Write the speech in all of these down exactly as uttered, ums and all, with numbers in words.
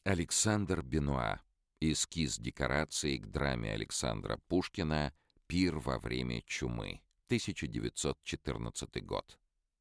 Александр Бенуа. Эскиз декораций к драме Александра Пушкина «Пир во время чумы», тысяча девятьсот четырнадцатый год.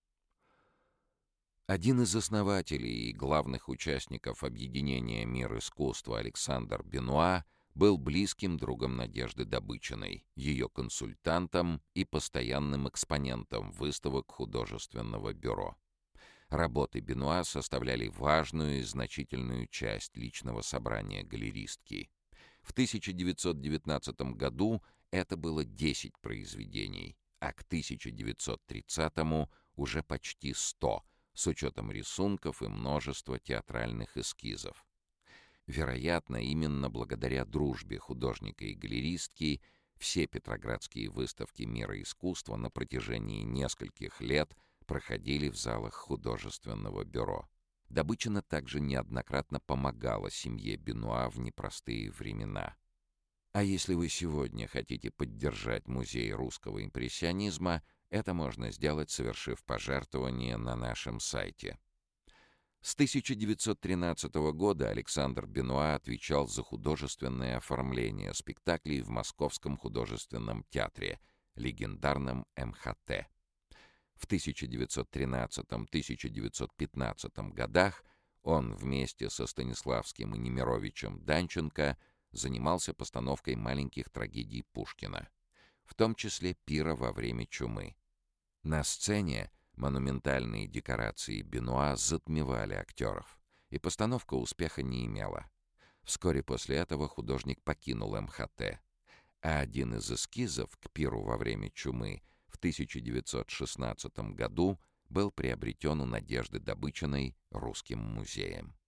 Один из основателей и главных участников объединения «Мир искусства» Александр Бенуа был близким другом Надежды Добычиной, ее консультантом и постоянным экспонентом выставок художественного бюро. Работы Бенуа составляли важную и значительную часть личного собрания галеристки. В тысяча девятьсот девятнадцатом году это было десять произведений, а к тысяча девятьсот тридцатому уже почти сто, с учетом рисунков и множества театральных эскизов. Вероятно, именно благодаря дружбе художника и галеристки все петроградские выставки мира искусства на протяжении нескольких лет проходили в залах художественного бюро. Добычина также неоднократно помогала семье Бенуа в непростые времена. А если вы сегодня хотите поддержать музей русского импрессионизма, это можно сделать, совершив пожертвование на нашем сайте. С тысяча девятьсот тринадцатого года Александр Бенуа отвечал за художественное оформление спектаклей в Московском художественном театре, легендарном эм ха тэ. В тысяча девятьсот тринадцатом — тысяча девятьсот пятнадцатом годах он вместе со Станиславским и Немировичем Данченко занимался постановкой маленьких трагедий Пушкина, в том числе «Пира во время чумы». На сцене монументальные декорации Бенуа затмевали актеров, и постановка успеха не имела. Вскоре после этого художник покинул эм ха тэ, а один из эскизов к «Пиру во время чумы» в тысяча девятьсот шестнадцатом году был приобретен у Надежды Добычиной Русским музеем.